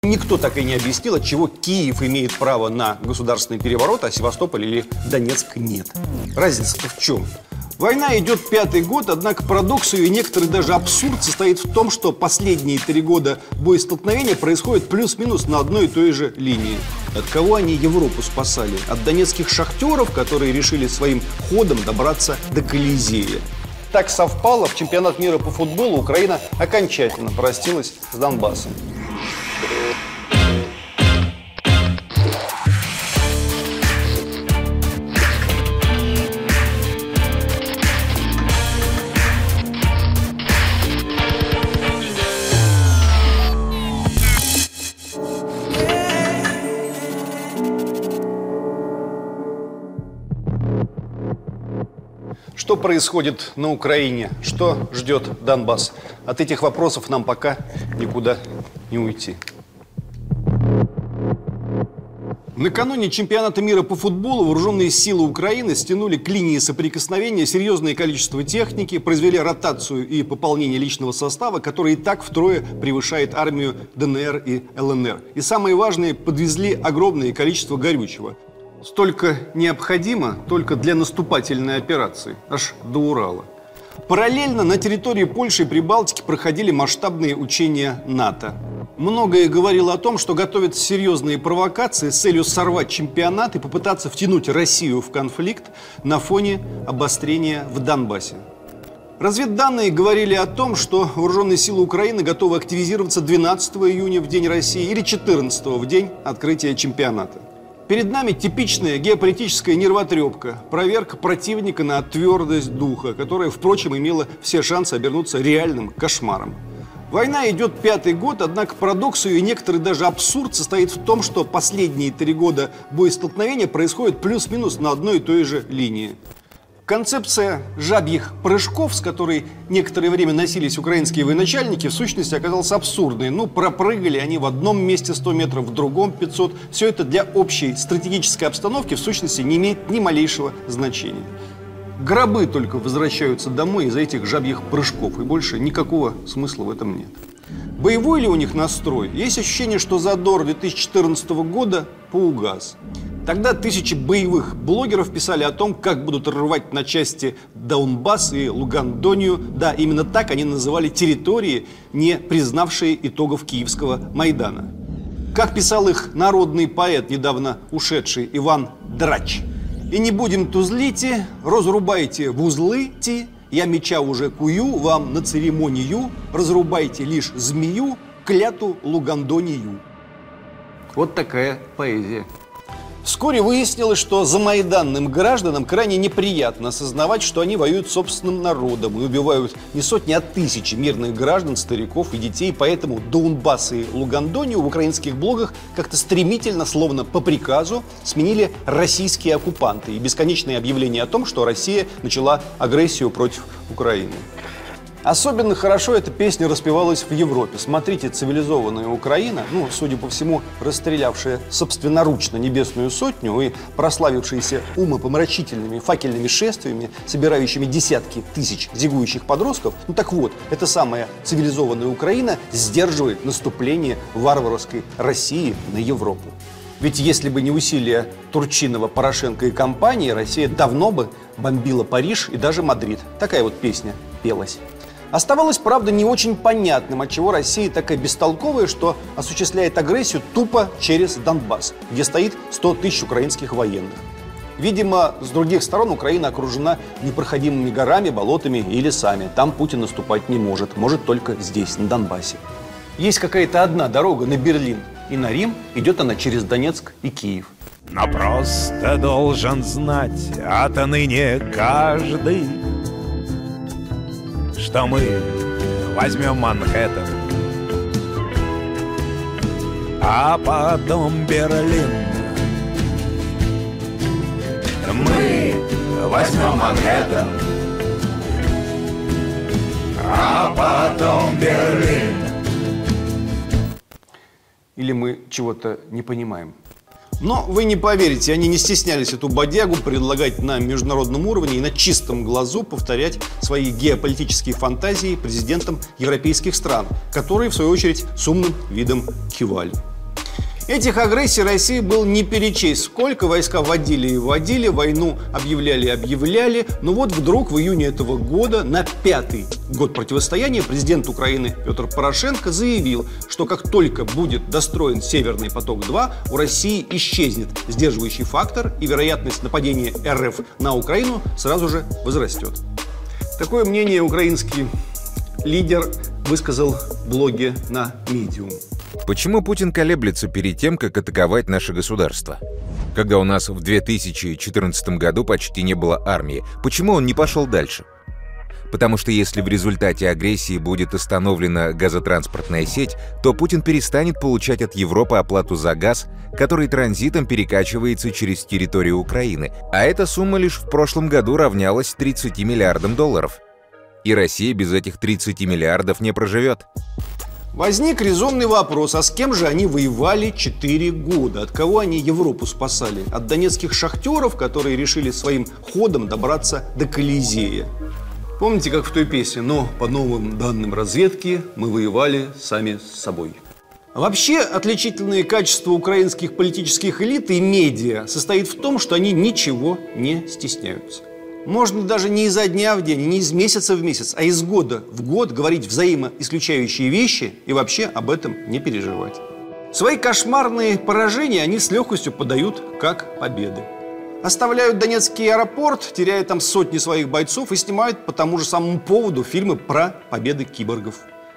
никто так и не объяснил, отчего Киев имеет право на государственный переворот, а Севастополь или Донецк нет. Разница-то в чем? Война идет 5-й год, однако парадокс ее и некоторый даже абсурд состоит в том, что последние 3 года боестолкновения происходят плюс-минус на одной и той же линии. От кого они Европу спасали? От донецких шахтеров, которые решили своим ходом добраться до Колизея. Так совпало, в чемпионат мира по футболу Украина окончательно простилась с Донбассом. Что происходит на Украине? Что ждет Донбасс? От этих вопросов нам пока никуда не уйти. Накануне чемпионата мира по футболу вооруженные силы Украины стянули к линии соприкосновения серьезное количество техники, произвели ротацию и пополнение личного состава, который и так втрое превышает армию ДНР и ЛНР. И самое важное, подвезли огромное количество горючего. Столько необходимо только для наступательной операции, аж до Урала. Параллельно на территории Польши и Прибалтики проходили масштабные учения НАТО. Многое говорило о том, что готовятся серьезные провокации с целью сорвать чемпионат и попытаться втянуть Россию в конфликт на фоне обострения в Донбассе. Разведданные говорили о том, что вооруженные силы Украины готовы активизироваться 12 июня в День России или 14 в день открытия чемпионата. Перед нами типичная геополитическая нервотрепка, проверка противника на твердость духа, которая, впрочем, имела все шансы обернуться реальным кошмаром. Война идет 5-й год, однако парадокс ее и некоторый даже абсурд состоит в том, что последние 3 года боестолкновения происходят плюс-минус на одной и той же линии. Концепция жабьих прыжков, с которой некоторое время носились украинские военачальники, в сущности оказалась абсурдной. Ну, пропрыгали они в одном месте 100 метров, в другом 500. Все это для общей стратегической обстановки в сущности не имеет ни малейшего значения. Гробы только возвращаются домой из-за этих жабьих прыжков, и больше никакого смысла в этом нет. Боевой ли у них настрой? Есть ощущение, что задор 2014 года поугас. Тогда тысячи боевых блогеров писали о том, как будут рвать на части Донбасс и Лугандонию. Да, именно так они называли территории, не признавшие итогов Киевского Майдана. Как писал их народный поэт, недавно ушедший Иван Драч. «И не будем тузлите, разрубайте в узлы-ти, я меча уже кую вам на церемонию, разрубайте лишь змею, кляту Лугандонию». Вот такая поэзия. Вскоре выяснилось, что замайданным гражданам крайне неприятно осознавать, что они воюют с собственным народом и убивают не сотни, а тысячи мирных граждан, стариков и детей. Поэтому Донбасс и Лугандонию в украинских блогах как-то стремительно, словно по приказу, сменили российские оккупанты и бесконечные объявления о том, что Россия начала агрессию против Украины. Особенно хорошо эта песня распевалась в Европе. Смотрите, цивилизованная Украина, ну, судя по всему, расстрелявшая собственноручно Небесную Сотню и прославившаяся умопомрачительными факельными шествиями, собирающими десятки тысяч зигующих подростков. Ну так вот, эта самая цивилизованная Украина сдерживает наступление варварской России на Европу. Ведь если бы не усилия Турчинова, Порошенко и компании, Россия давно бы бомбила Париж и даже Мадрид. Такая вот песня пелась. Оставалось, правда, не очень понятным, отчего Россия такая бестолковая, что осуществляет агрессию тупо через Донбасс, где стоит 100 тысяч украинских военных. Видимо, с других сторон Украина окружена непроходимыми горами, болотами и лесами. Там Путин наступать не может, может только здесь, на Донбассе. Есть какая-то одна дорога на Берлин и на Рим, идет она через Донецк и Киев. Но просто должен знать отныне каждый, что мы возьмем Манхэттен, а потом Берлин. Мы возьмем Манхэттен, а потом Берлин. Или мы чего-то не понимаем? Но вы не поверите, они не стеснялись эту бодягу предлагать на международном уровне и на чистом глазу повторять свои геополитические фантазии президентам европейских стран, которые, в свою очередь, с умным видом кивали. Этих агрессий России было не перечесть. Сколько войска вводили и вводили, войну объявляли и объявляли. Но вот вдруг в июне этого года, на 5-й год противостояния, президент Украины Петр Порошенко заявил, что как только будет достроен Северный поток-2, у России исчезнет сдерживающий фактор, и вероятность нападения РФ на Украину сразу же возрастет. Такое мнение украинский лидер высказал в блоге на Medium. Почему Путин колеблется перед тем, как атаковать наше государство? Когда у нас в 2014 году почти не было армии, почему он не пошел дальше? Потому что если в результате агрессии будет остановлена газотранспортная сеть, то Путин перестанет получать от Европы оплату за газ, который транзитом перекачивается через территорию Украины, а эта сумма лишь в прошлом году равнялась 30 миллиардам долларов. И Россия без этих 30 миллиардов не проживет. Возник резонный вопрос, а с кем же они воевали 4 года? От кого они Европу спасали? От донецких шахтеров, которые решили своим ходом добраться до Колизея. Помните, как в той песне? Но по новым данным разведки мы воевали сами с собой. Вообще, отличительные качества украинских политических элит и медиа состоит в том, что они ничего не стесняются. Можно даже не изо дня в день, не из месяца в месяц, а из года в год говорить взаимоисключающие вещи и вообще об этом не переживать. Свои кошмарные поражения они с легкостью подают как победы. Оставляют Донецкий аэропорт, теряя там сотни своих бойцов и снимают по тому же самому поводу фильмы про победы киборгов.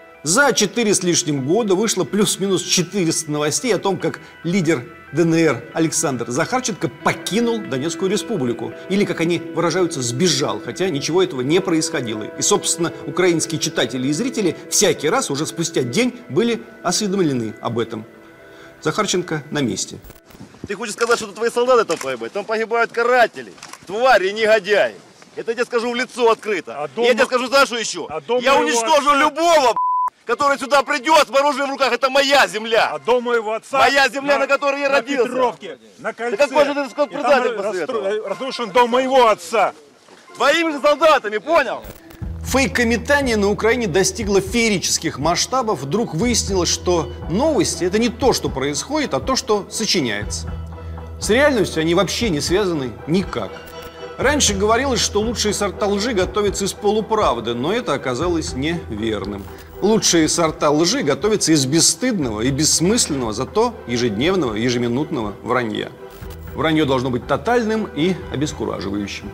За 4 с лишним года вышло плюс-минус 400 новостей о том, как лидер ДНР Александр Захарченко покинул Донецкую республику. Или, как они выражаются, сбежал, хотя ничего этого не происходило. И, собственно, украинские читатели и зрители всякий раз уже спустя день были осведомлены об этом. Захарченко на месте. Ты хочешь сказать, что твои солдаты там погибают? Там погибают каратели, твари, негодяи. Это я тебе скажу в лицо открыто. Я тебе скажу, знаешь, что еще? Я уничтожу любого, который сюда придет с оружием в руках. Это моя земля. А дом моего отца... Моя земля, на которой я родился. Петровке, на кольце. Да какой же ты скот-предатель после этого? Разрушен дом моего отца. Твоими же солдатами, понял? Фейкометание на Украине достигло феерических масштабов. Вдруг выяснилось, что новости – это не то, что происходит, а то, что сочиняется. С реальностью они вообще не связаны никак. Раньше говорилось, что лучшие сорта лжи готовятся из полуправды, но это оказалось неверным. Лучшие сорта лжи готовятся из бесстыдного и бессмысленного, зато ежедневного, ежеминутного вранья. Вранье должно быть тотальным и обескураживающим.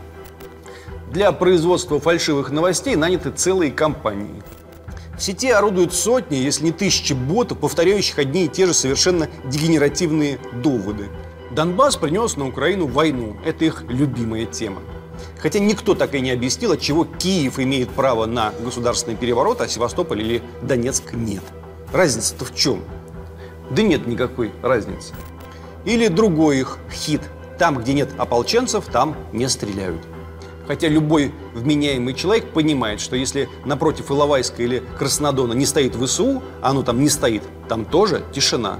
Для производства фальшивых новостей наняты целые компании. В сети орудуют сотни, если не тысячи ботов, повторяющих одни и те же совершенно дегенеративные доводы. Донбасс принес на Украину войну. Это их любимая тема. Хотя никто так и не объяснил, отчего Киев имеет право на государственный переворот, а Севастополь или Донецк нет. Разница-то в чем? Да нет никакой разницы. Или другой их хит. Там, где нет ополченцев, там не стреляют. Хотя любой вменяемый человек понимает, что если напротив Иловайска или Краснодона не стоит ВСУ, а оно там не стоит, там тоже тишина.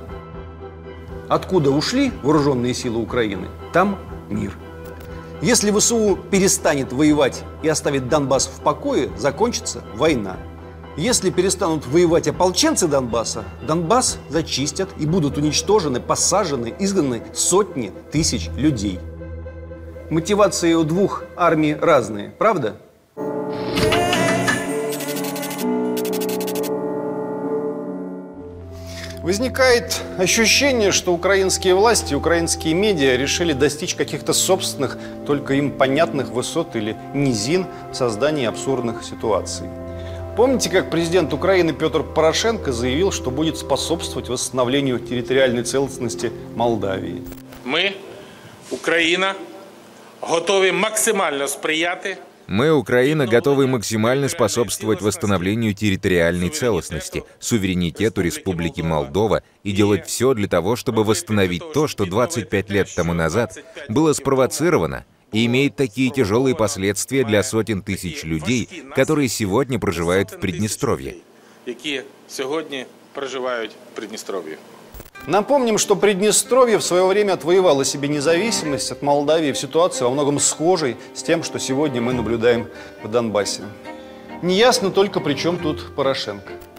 Откуда ушли вооруженные силы Украины, там мир. Если ВСУ перестанет воевать и оставит Донбасс в покое, закончится война. Если перестанут воевать ополченцы Донбасса, Донбасс зачистят и будут уничтожены, посажены, изгнаны сотни тысяч людей. Мотивации у двух армий разные, правда? Возникает ощущение, что украинские власти, украинские медиа решили достичь каких-то собственных, только им понятных высот или низин в создании абсурдных ситуаций. Помните, как президент Украины Петр Порошенко заявил, что будет способствовать восстановлению территориальной целостности Молдавии? Мы, Украина, готові максимально сприяти. Мы, Украина, готовы максимально способствовать восстановлению территориальной целостности, суверенитету Республики Молдова и делать все для того, чтобы восстановить то, что 25 лет тому назад было спровоцировано и имеет такие тяжелые последствия для сотен тысяч людей, которые сегодня проживают в Приднестровье. Які сьогодні проживають в Придністров'ї. Напомним, что Приднестровье в свое время отвоевало себе независимость от Молдавии в ситуации во многом схожей с тем, что сегодня мы наблюдаем в Донбассе. Неясно только, при чем тут Порошенко.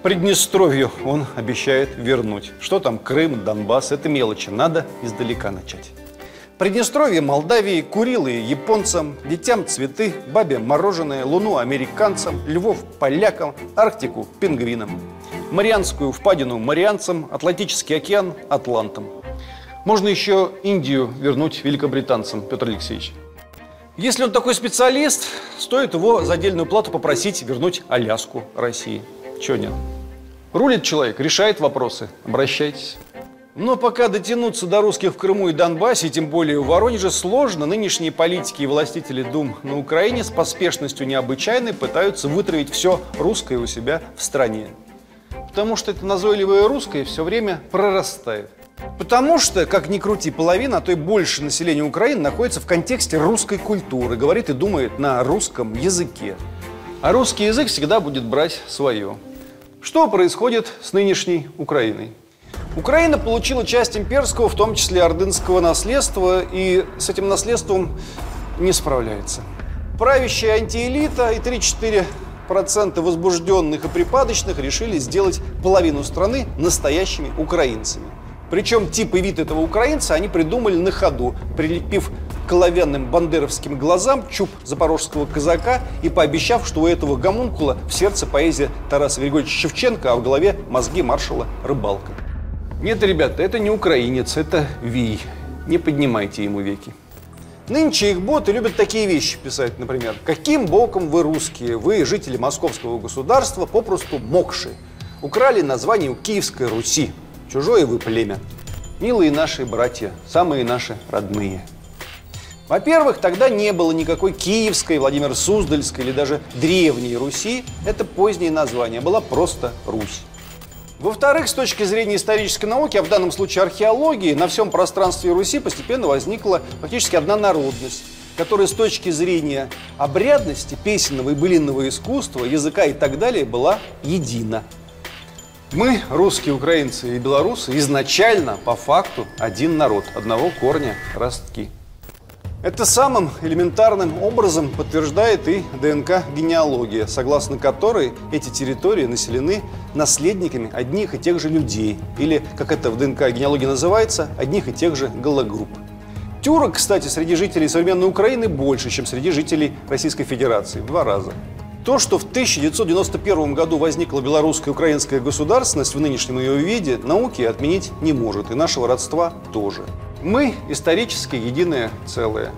Приднестровью он обещает вернуть. Что там Крым, Донбасс – это мелочи, надо издалека начать. Приднестровье Молдавии, Курилы японцам, детям цветы, бабе мороженое, Луну американцам, Львов полякам, Арктику пингвинам, Марианскую впадину марианцам, Атлантический океан атлантам. Можно еще Индию вернуть великобританцам, Петр Алексеевич. Если он такой специалист, стоит его за отдельную плату попросить вернуть Аляску России. Чего нет? Рулит человек, решает вопросы. Обращайтесь. Но пока дотянуться до русских в Крыму и Донбассе, тем более в Воронеже, сложно. Нынешние политики и властители дум на Украине с поспешностью необычайной пытаются вытравить все русское у себя в стране. Потому что это назойливое русское все время прорастает. Потому что, как ни крути, половина, а то и больше населения Украины находится в контексте русской культуры, говорит и думает на русском языке. А русский язык всегда будет брать свое. Что происходит с нынешней Украиной? Украина получила часть имперского, в том числе ордынского наследства, и с этим наследством не справляется. Правящая антиэлита и 3-4% возбужденных и припадочных решили сделать половину страны настоящими украинцами. Причем тип и вид этого украинца они придумали на ходу, прилепив к оловянным бандеровским глазам чуб запорожского казака и пообещав, что у этого гомункула в сердце поэзия Тараса Григорьевича Шевченко, а в голове мозги маршала Рыбалка. Нет, ребята, это не украинец, это вий. Не поднимайте ему веки. Нынче их боты любят такие вещи писать, например. Каким боком вы русские? Вы, жители московского государства, попросту мокши. Украли название у Киевской Руси. Чужое вы племя. Милые наши братья, самые наши родные. Во-первых, тогда не было никакой Киевской, Владимир Суздальской или даже Древней Руси. Это позднее название, была просто Русь. Во-вторых, с точки зрения исторической науки, а в данном случае археологии, на всем пространстве Руси постепенно возникла фактически одна народность, которая с точки зрения обрядности, песенного и былинного искусства, языка и так далее была едина. Мы, русские, украинцы и белорусы, изначально, по факту, один народ, одного корня, ростки. Это самым элементарным образом подтверждает и ДНК-генеалогия, согласно которой эти территории населены наследниками одних и тех же людей, или, как это в ДНК-генеалогии называется, одних и тех же галогрупп. Тюрок, кстати, среди жителей современной Украины больше, чем среди жителей Российской Федерации, в 2 раза. То, что в 1991 году возникла белорусская и украинская государственность в нынешнем ее виде, науки отменить не может, и нашего родства тоже. Мы исторически единое целое.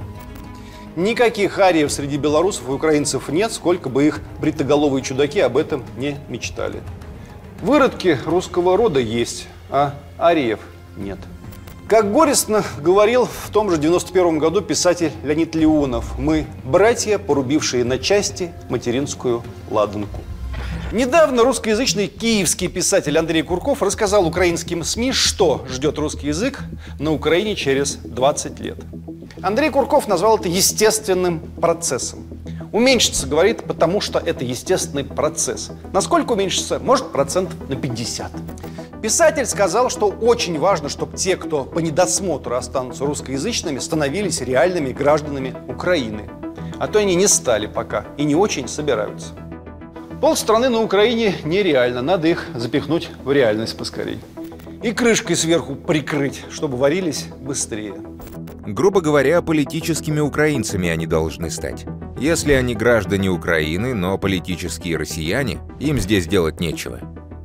Никаких ариев среди белорусов и украинцев нет, сколько бы их бритоголовые чудаки об этом не мечтали. Выродки русского рода есть, а ариев нет. Как горестно говорил в том же 91 году писатель Леонид Леонов, мы братья, порубившие на части материнскую ладанку. Недавно русскоязычный киевский писатель Андрей Курков рассказал украинским СМИ, что ждет русский язык на Украине через 20 лет. Андрей Курков назвал это естественным процессом. Уменьшится, говорит, потому что это естественный процесс. Насколько уменьшится? Может, 50%. Писатель сказал, что очень важно, чтобы те, кто по недосмотру останутся русскоязычными, становились реальными гражданами Украины. А то они не стали пока и не очень собираются. Полстраны на Украине нереально, надо их запихнуть в реальность поскорей. И крышкой сверху прикрыть, чтобы варились быстрее. Грубо говоря, политическими украинцами они должны стать. Если они граждане Украины, но политические россияне, им здесь делать нечего.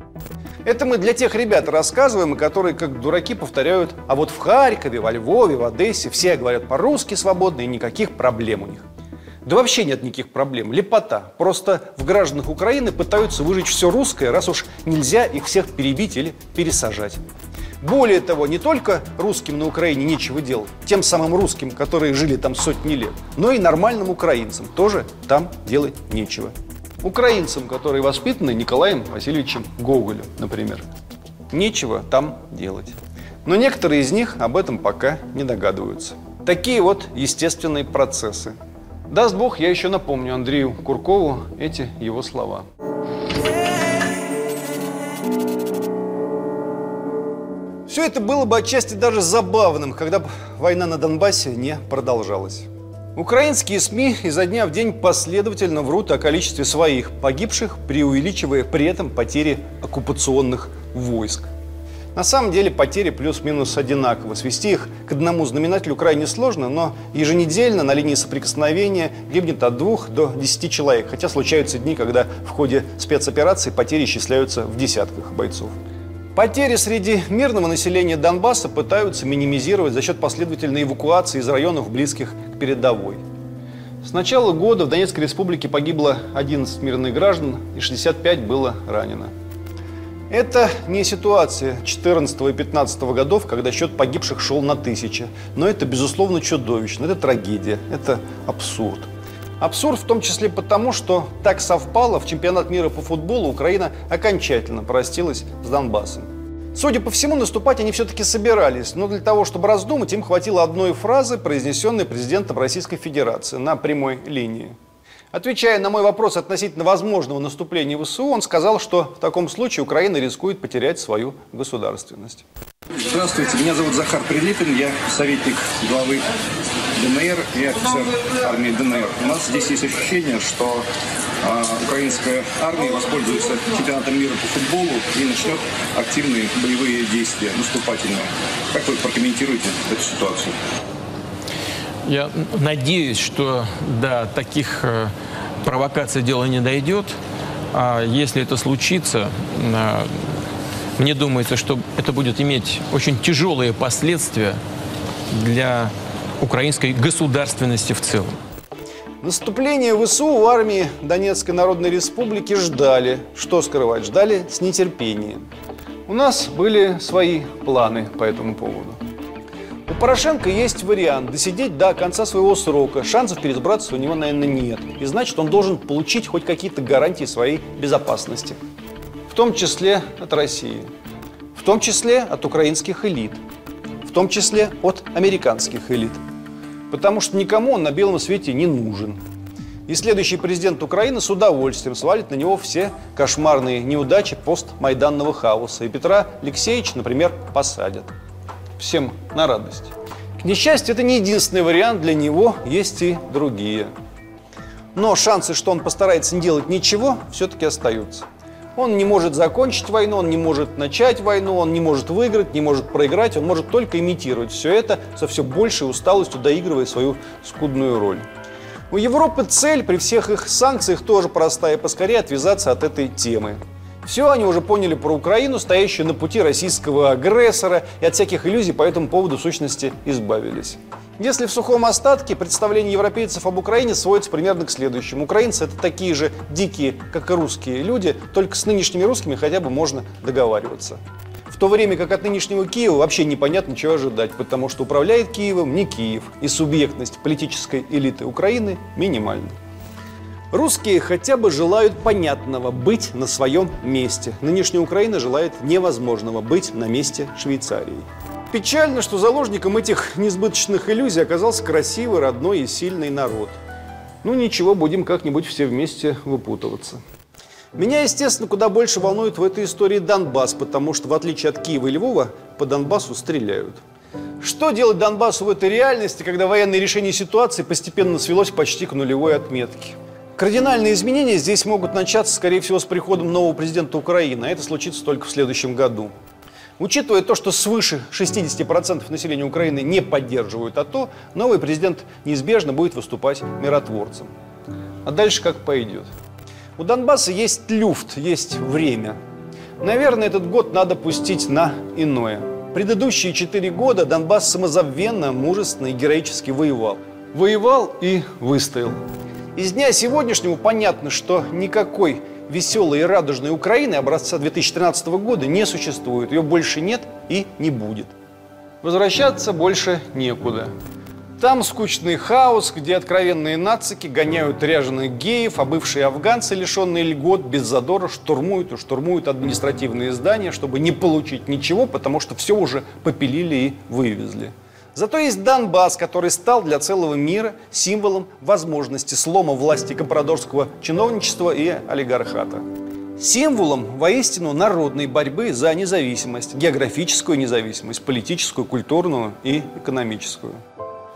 Это мы для тех ребят рассказываем, которые как дураки повторяют, а вот в Харькове, во Львове, в Одессе все говорят по-русски свободно и никаких проблем у них. Да вообще нет никаких проблем, лепота. Просто в гражданах Украины пытаются выжечь все русское, раз уж нельзя их всех перебить или пересажать. Более того, не только русским на Украине нечего делать, тем самым русским, которые жили там сотни лет, но и нормальным украинцам тоже там делать нечего. Украинцам, которые воспитаны Николаем Васильевичем Гоголем, например, нечего там делать. Но некоторые из них об этом пока не догадываются. Такие вот естественные процессы. Даст Бог, я еще напомню Андрею Куркову эти его слова. Все это было бы отчасти даже забавным, когда бы война на Донбассе не продолжалась. Украинские СМИ изо дня в день последовательно врут о количестве своих погибших, преувеличивая при этом потери оккупационных войск. На самом деле потери плюс-минус одинаково. Свести их к одному знаменателю крайне сложно, но еженедельно на линии соприкосновения гибнет от 2 до 10 человек. Хотя случаются дни, когда в ходе спецоперации потери исчисляются в десятках бойцов. Потери среди мирного населения Донбасса пытаются минимизировать за счет последовательной эвакуации из районов, близких к передовой. С начала года в Донецкой республике погибло 11 мирных граждан и 65 было ранено. Это не ситуация 2014 и 2015 годов, когда счет погибших шел на тысячи. Но это, безусловно, чудовищно, это трагедия, это абсурд. Абсурд в том числе потому, что так совпало, в чемпионат мира по футболу Украина окончательно простилась с Донбассом. Судя по всему, наступать они все-таки собирались, но для того, чтобы раздумать, им хватило одной фразы, произнесенной президентом Российской Федерации на прямой линии. Отвечая на мой вопрос относительно возможного наступления ВСУ, он сказал, что в таком случае Украина рискует потерять свою государственность. Здравствуйте, меня зовут Захар Прилепин, я советник главы ДНР и офицер армии ДНР. У нас здесь есть ощущение, что украинская армия воспользуется чемпионатом мира по футболу и начнет активные боевые действия, наступательные. Как вы прокомментируете эту ситуацию? Я надеюсь, что до таких провокаций дело не дойдет. А если это случится, мне думается, что это будет иметь очень тяжелые последствия для украинской государственности в целом. Наступление ВСУ в армии Донецкой Народной Республики ждали. Что скрывать? Ждали с нетерпением. У нас были свои планы по этому поводу. У Порошенко есть вариант досидеть до конца своего срока. Шансов переизбраться у него, наверное, нет. И значит, он должен получить хоть какие-то гарантии своей безопасности. В том числе от России. В том числе от украинских элит. В том числе от американских элит. Потому что никому он на белом свете не нужен. И следующий президент Украины с удовольствием свалит на него все кошмарные неудачи постмайданного хаоса. И Петра Алексеевича, например, посадят. Всем на радость. К несчастью, это не единственный вариант, для него есть и другие. Но шансы, что он постарается не делать ничего, все-таки остаются. Он не может закончить войну, он не может начать войну, он не может выиграть, не может проиграть, он может только имитировать все это со все большей усталостью, доигрывая свою скудную роль. У Европы цель при всех их санкциях тоже простая: поскорее отвязаться от этой темы. Все они уже поняли про Украину, стоящую на пути российского агрессора, и от всяких иллюзий по этому поводу в сущности избавились. Если в сухом остатке представление европейцев об Украине сводится примерно к следующему. Украинцы — это такие же дикие, как и русские люди, только с нынешними русскими хотя бы можно договариваться. В то время как от нынешнего Киева вообще непонятно, чего ожидать, потому что управляет Киевом не Киев, и субъектность политической элиты Украины минимальна. Русские хотя бы желают понятного — быть на своем месте. Нынешняя Украина желает невозможного — быть на месте Швейцарии. Печально, что заложником этих несбыточных иллюзий оказался красивый, родной и сильный народ. Ну ничего, будем как-нибудь все вместе выпутываться. Меня, естественно, куда больше волнует в этой истории Донбасс, потому что, в отличие от Киева и Львова, по Донбассу стреляют. Что делать Донбассу в этой реальности, когда военное решение ситуации постепенно свелось почти к нулевой отметке? Кардинальные изменения здесь могут начаться, скорее всего, с приходом нового президента Украины, а это случится только в следующем году. Учитывая то, что свыше 60% населения Украины не поддерживают АТО, новый президент неизбежно будет выступать миротворцем. А дальше как пойдет? У Донбасса есть люфт, есть время. Наверное, этот год надо пустить на иное. Предыдущие 4 года Донбасс самозабвенно, мужественно и героически воевал. Воевал и выстоял. Из дня сегодняшнего понятно, что никакой веселой и радужной Украины образца 2013 года не существует. Ее больше нет и не будет. Возвращаться больше некуда. Там скучный хаос, где откровенные нацики гоняют ряженых геев, а бывшие афганцы, лишенные льгот, без задора штурмуют и штурмуют административные здания, чтобы не получить ничего, потому что все уже попилили и вывезли. Зато есть Донбасс, который стал для целого мира символом возможности слома власти компрадорского чиновничества и олигархата. Символом воистину народной борьбы за независимость, географическую независимость, политическую, культурную и экономическую.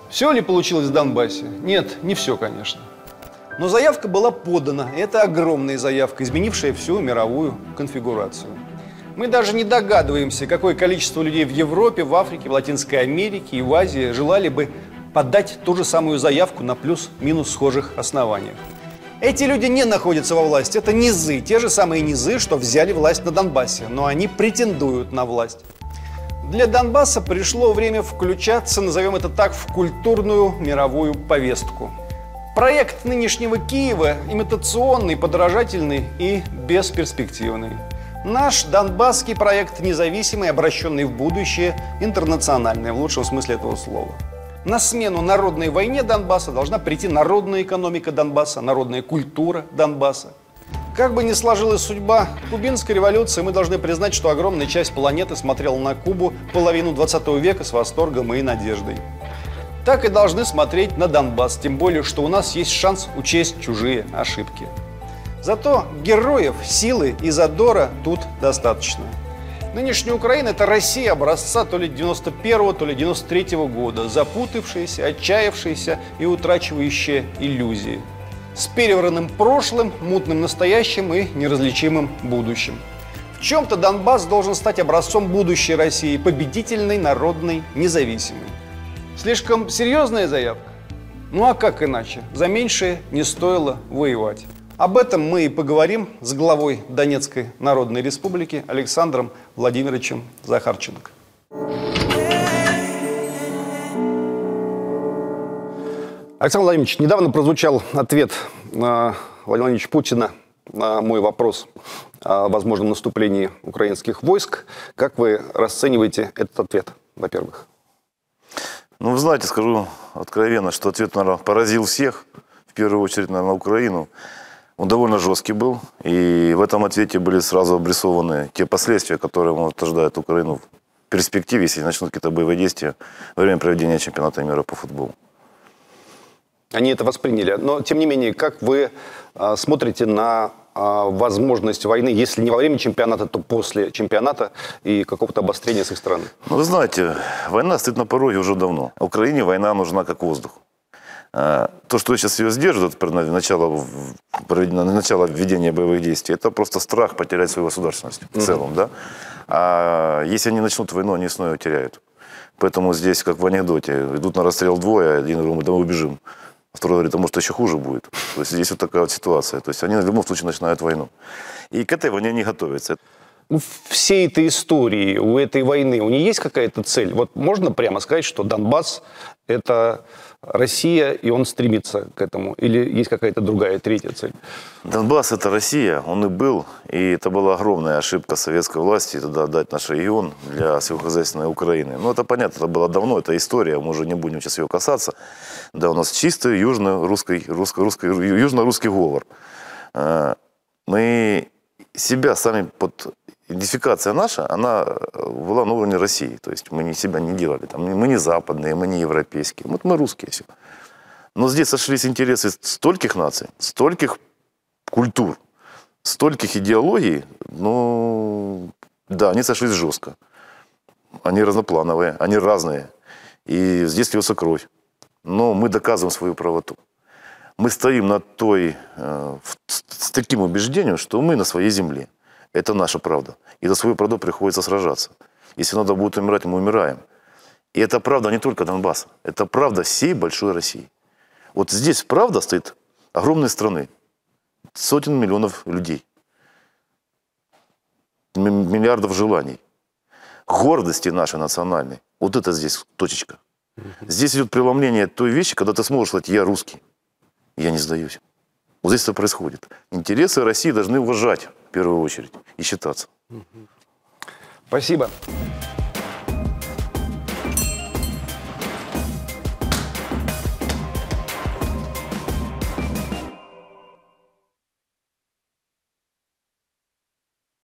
Все ли получилось в Донбассе? Нет, не все, конечно. Но заявка была подана. Это огромная заявка, изменившая всю мировую конфигурацию. Мы даже не догадываемся, какое количество людей в Европе, в Африке, в Латинской Америке и в Азии желали бы подать ту же самую заявку на плюс-минус схожих основаниях. Эти люди не находятся во власти. Это низы, те же самые низы, что взяли власть на Донбассе. Но они претендуют на власть. Для Донбасса пришло время включаться, назовем это так, в культурную мировую повестку. Проект нынешнего Киева имитационный, подражательный и бесперспективный. Наш донбасский проект независимый, обращенный в будущее, интернациональный, в лучшем смысле этого слова. На смену народной войне Донбасса должна прийти народная экономика Донбасса, народная культура Донбасса. Как бы ни сложилась судьба Кубинской революции, мы должны признать, что огромная часть планеты смотрела на Кубу половину 20 века с восторгом и надеждой. Так и должны смотреть на Донбасс, тем более, что у нас есть шанс учесть чужие ошибки. Зато героев, силы и задора тут достаточно. Нынешняя Украина – это Россия образца то ли 91-го, то ли 93-го года, запутавшаяся, отчаявшаяся и утрачивающая иллюзии. С перевранным прошлым, мутным настоящим и неразличимым будущим. В чем-то Донбасс должен стать образцом будущей России, победительной, народной, независимой. Слишком серьезная заявка? Ну а как иначе? За меньшее не стоило воевать. Об этом мы и поговорим с главой Донецкой Народной Республики Александром Владимировичем Захарченко. Александр Владимирович, недавно прозвучал ответ Владимира Владимировича Путина на мой вопрос о возможном наступлении украинских войск. Как вы расцениваете этот ответ, во-первых? Ну, вы знаете, скажу откровенно, что ответ, наверное, поразил всех, в первую очередь, наверное, Украину. Он довольно жесткий был, и в этом ответе были сразу обрисованы те последствия, которые ожидают Украину в перспективе, если начнут какие-то боевые действия во время проведения чемпионата мира по футболу. Они это восприняли. Но, тем не менее, как вы смотрите на возможность войны, если не во время чемпионата, то после чемпионата и какого-то обострения с их стороны? Ну, вы знаете, война стоит на пороге уже давно. Украине война нужна как воздух. То, что сейчас ее сдерживает начало введения боевых действий, это просто страх потерять свою государственность в целом, да? А если они начнут войну, они снова ее теряют. Поэтому здесь, как в анекдоте, идут на расстрел двое, один говорит, да мы убежим. Второй говорит, а может еще хуже будет. То есть здесь вот такая вот ситуация. То есть они в любом случае начинают войну. И к этой войне не готовятся. У всей этой истории, у этой войны, у нее есть какая-то цель? Вот можно прямо сказать, что Донбасс – это Россия, и он стремится к этому? Или есть какая-то другая, третья цель? Донбасс – это Россия, он и был. И это была огромная ошибка советской власти, тогда отдать наш регион для сельскохозяйственной Украины. Ну, это понятно, это было давно, это история, мы уже не будем сейчас ее касаться. Да, у нас чистый южно-русский говор. Мы себя сами под... Идентификация наша, она была на уровне России. То есть мы себя не делали. Там, мы не западные, мы не европейские. Вот мы русские все. Но здесь сошлись интересы стольких наций, стольких культур, стольких идеологий. Ну, да, они сошлись жестко. Они разноплановые, они разные. И здесь льется кровь. Но мы доказываем свою правоту. Мы стоим на с таким убеждением, что мы на своей земле. Это наша правда. И за свою правду приходится сражаться. Если надо будет умирать, мы умираем. И это правда не только Донбасса. Это правда всей большой России. Вот здесь правда стоит огромной страны. Сотен миллионов людей. Миллиардов желаний. Гордости нашей национальной. Вот это здесь точечка. Здесь идет преломление той вещи, когда ты сможешь сказать, я русский. Я не сдаюсь. Вот здесь это происходит. Интересы России должны уважать в первую очередь и считаться. Спасибо.